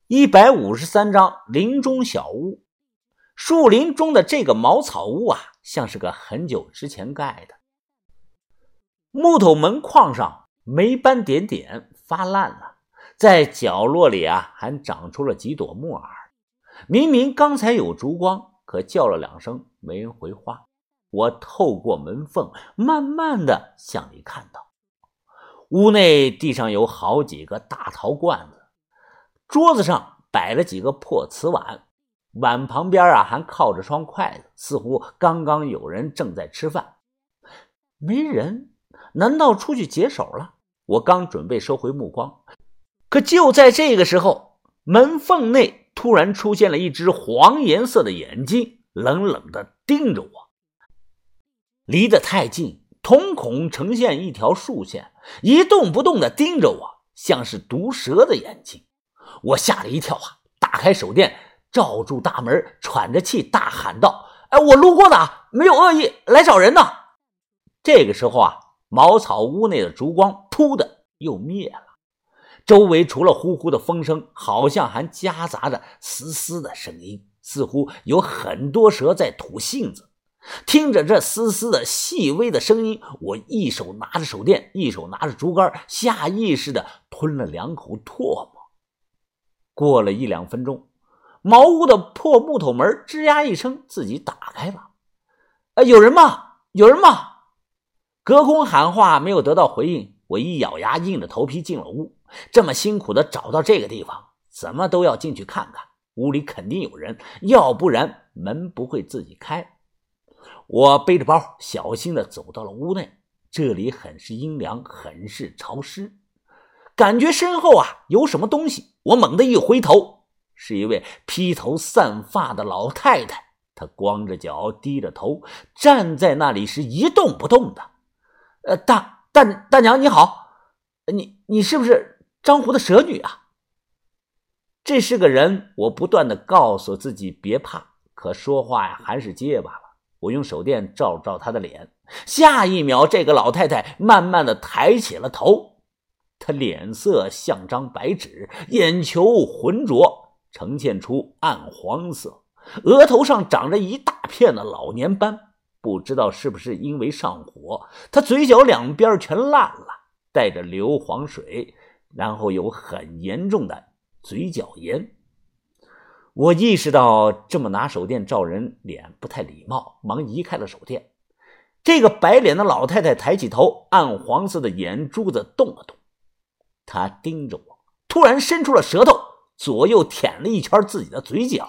153章林中小屋。树林中的这个茅草屋啊，像是个很久之前盖的。木头门框上霉斑点点，发烂了，在角落里啊还长出了几朵木耳。明明刚才有烛光，可叫了2声没人回话。我透过门缝慢慢的向里看到，屋内地上有好几个大陶罐子，桌子上摆了几个破瓷碗，碗旁边啊还靠着双筷子，似乎刚刚有人正在吃饭。没人？难道出去解手了？我刚准备收回目光，可就在这个时候，门缝内突然出现了一只黄颜色的眼睛，冷冷地盯着我。离得太近，瞳孔呈现一条竖线，一动不动地盯着我，像是毒蛇的眼睛。我吓了一跳啊，打开手电罩住大门，喘着气大喊道：我路过的，没有恶意，来找人呢。这个时候啊，茅草屋内的烛光突的又灭了，周围除了呼呼的风声，好像还夹杂着嘶嘶的声音，似乎有很多蛇在吐信子。听着这嘶嘶的细微的声音，我一手拿着手电，一手拿着竹竿，下意识的吞了2口唾沫。过了1-2分钟，茅屋的破木头门吱呀一声自己打开了。有人吗？有人吗？隔空喊话没有得到回应，我一咬牙硬着头皮进了屋。这么辛苦的找到这个地方，怎么都要进去看看，屋里肯定有人，要不然门不会自己开。我背着包小心地走到了屋内，这里很是阴凉，很是潮湿，感觉身后啊有什么东西。我猛地一回头，是一位披头散发的老太太，她光着脚低着头站在那里，是一动不动的。大娘你好，你是不是张湖的蛇女啊？这是个人，我不断地告诉自己别怕，可说话呀还是结巴了。我用手电照照她的脸，下一秒这个老太太慢慢地抬起了头，她脸色像张白纸，眼球浑浊，呈现出暗黄色，额头上长着一大片的老年斑，不知道是不是因为上火，她嘴角两边全烂了，带着硫磺水，然后有很严重的嘴角炎。我意识到这么拿手电照人脸不太礼貌，忙移开了手电。这个白脸的老太太抬起头，暗黄色的眼珠子动了动，她盯着我，突然伸出了舌头，左右舔了一圈自己的嘴角。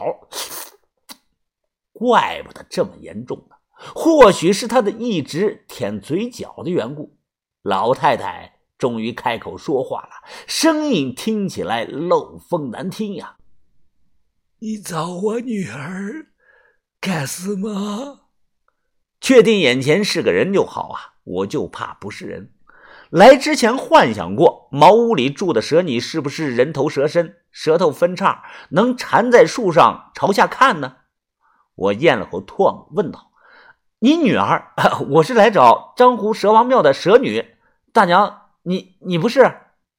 怪不得这么严重呢，或许是她的一直舔嘴角的缘故。老太太终于开口说话了，声音听起来漏风难听呀。 你找我女儿干什么？ 确定眼前是个人就好啊，我就怕不是人。来之前幻想过茅屋里住的蛇女是不是人头蛇身，舌头分叉，能缠在树上朝下看呢？我咽了口唾沫问道：你女儿？我是来找张湖蛇王庙的蛇女，大娘你不是？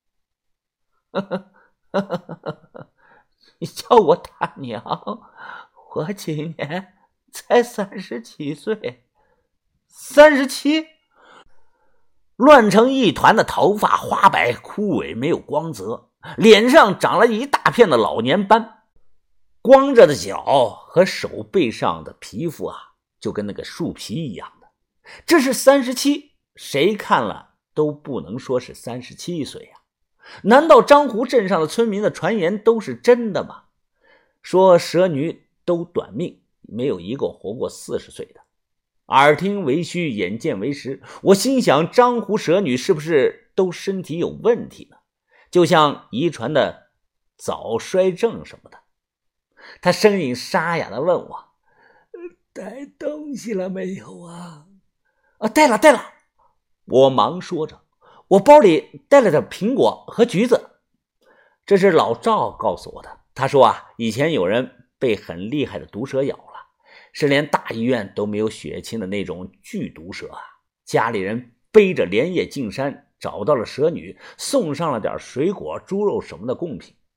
你叫我大娘，我今年才37岁。37？乱成一团的头发花白枯萎，没有光泽，脸上长了一大片的老年斑，光着的脚和手背上的皮肤啊就跟那个树皮一样的。这是37，谁看了都不能说是37岁啊。难道张湖镇上的村民的传言都是真的吗？说蛇女都短命，没有一个活过40岁的。耳听为虚，眼见为实，我心想张湖蛇女是不是都身体有问题呢？就像遗传的早衰症什么的。他声音沙哑地问我： 带东西了没有啊？ 带了。我忙说着，我包里带了点苹果和橘子。这是老赵告诉我的，他说啊，以前有人被很厉害的毒蛇咬了，是连大医院都没有血清的那种剧毒蛇啊。家里人背着连夜进山找到了蛇女，送上了点水果猪肉什么的贡品。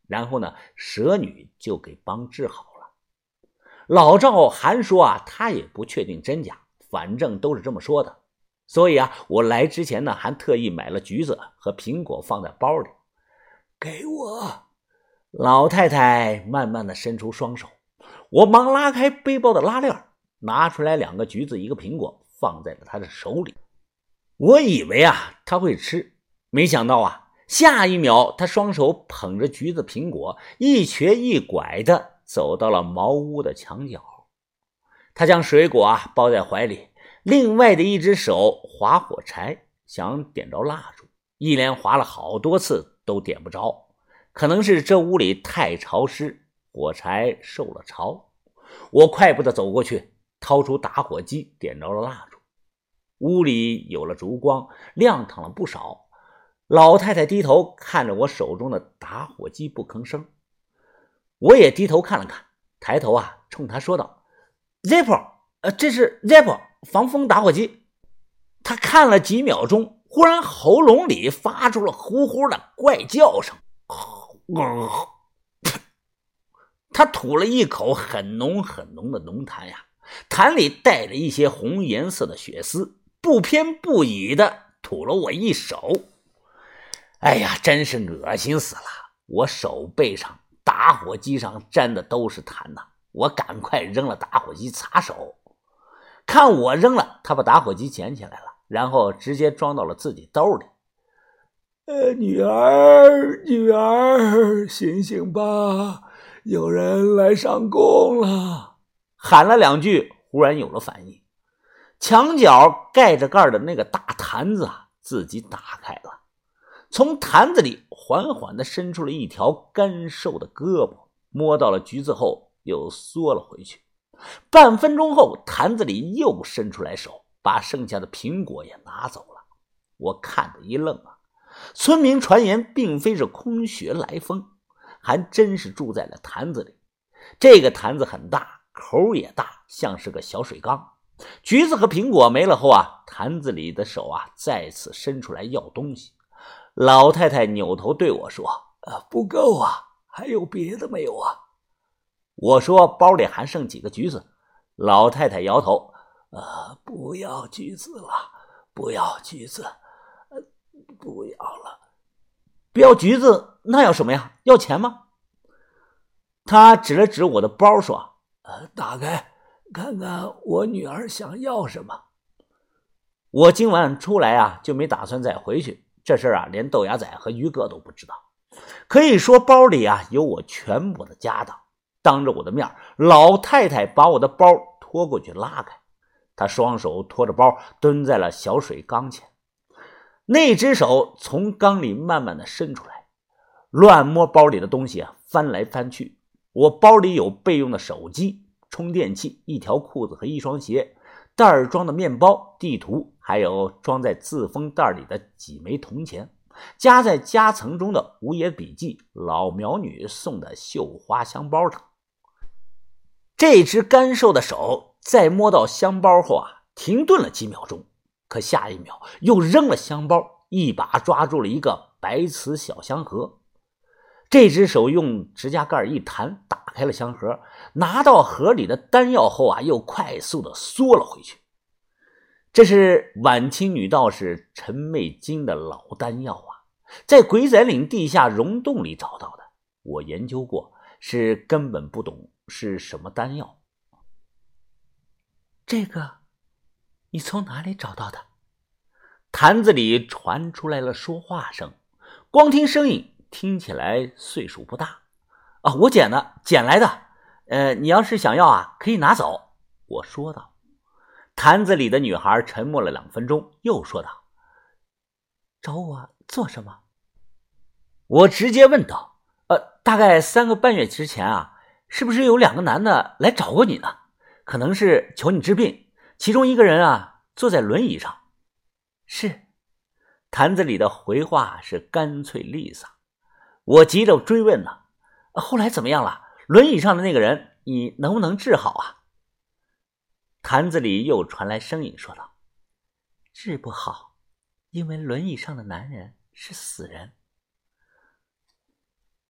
然后呢，蛇女就给帮治好了。老赵还说啊，他也不确定真假，反正都是这么说的。所以啊，我来之前呢，还特意买了橘子和苹果放在包里。 给我。 老太太慢慢的伸出双手，我忙拉开背包的拉链，拿出来2个橘子1个苹果放在了她的手里。我以为啊她会吃，没想到啊下一秒她双手捧着橘子苹果一瘸一拐的走到了茅屋的墙角。她将水果啊抱在怀里，另外的一只手划火柴想点着蜡烛，一连划了好多次都点不着。可能是这屋里太潮湿，火柴受了潮。我快步的走过去，掏出打火机点着了蜡烛。屋里有了烛光，亮堂了不少。老太太低头看着我手中的打火机不吭声。我也低头看了看，抬头啊冲她说道 Zippo， 这是 Zippo 防风打火机。她看了几秒钟，忽然喉咙里发出了呼呼的怪叫声。他吐了一口很浓很浓的浓痰呀，痰里带着一些红颜色的血丝，不偏不倚的吐了我一手。哎呀，真是恶心死了！我手背上、打火机上沾的都是痰呐，我赶快扔了打火机擦手。看我扔了，他把打火机捡起来了，然后直接装到了自己兜里。 女儿，醒醒吧，有人来上供了。 喊了2句，忽然有了反应，墙角盖着盖的那个大坛子啊，自己打开了，从坛子里缓缓地伸出了一条干瘦的胳膊，摸到了橘子后又缩了回去。半分钟后，坛子里又伸出来手，把剩下的苹果也拿走了。我看着一愣啊，村民传言并非是空穴来风，还真是住在了坛子里。这个坛子很大，口也大，像是个小水缸。橘子和苹果没了后啊，坛子里的手啊再次伸出来要东西。老太太扭头对我说： 不够啊，还有别的没有啊？ 我说包里还剩几个橘子。老太太摇头： 不要橘子了，不要橘子，不要了。 不要橘子，那要什么呀？要钱吗？她指了指我的包说： 打开看看我女儿想要什么。 我今晚出来啊就没打算再回去，这事啊连豆芽仔和于哥都不知道。可以说包里啊有我全部的家当。当着我的面，老太太把我的包拖过去拉开，她双手托着包蹲在了小水缸前，那只手从缸里慢慢的伸出来，乱摸包里的东西啊，翻来翻去。我包里有备用的手机、充电器、一条裤子和一双鞋，袋装的面包、地图，还有装在自封袋里的几枚铜钱，夹在夹层中的无野笔记、老苗女送的绣花香包等。这只干瘦的手在摸到香包后啊，停顿了几秒钟，可下一秒又扔了香包，一把抓住了一个白瓷小香盒。这只手用指甲盖一弹，打开了香盒，拿到盒里的丹药后啊，又快速的缩了回去。这是晚清女道士陈媚金的老丹药啊，在鬼仔岭地下溶洞里找到的。我研究过，是根本不懂是什么丹药。 这个你从哪里找到的？ 坛子里传出来了说话声，光听声音听起来岁数不大。我捡来的。你要是想要啊，可以拿走。我说道。坛子里的女孩沉默了2分钟，又说道： 找我做什么？ 我直接问道：大概3个半月之前啊，是不是有2个男的来找过你呢？可能是求你治病，其中一个人啊坐在轮椅上。 是。 坛子里的回话是干脆利索。我急着追问呢：后来怎么样了？轮椅上的那个人你能不能治好啊？坛子里又传来声音说道： 治不好，因为轮椅上的男人是死人。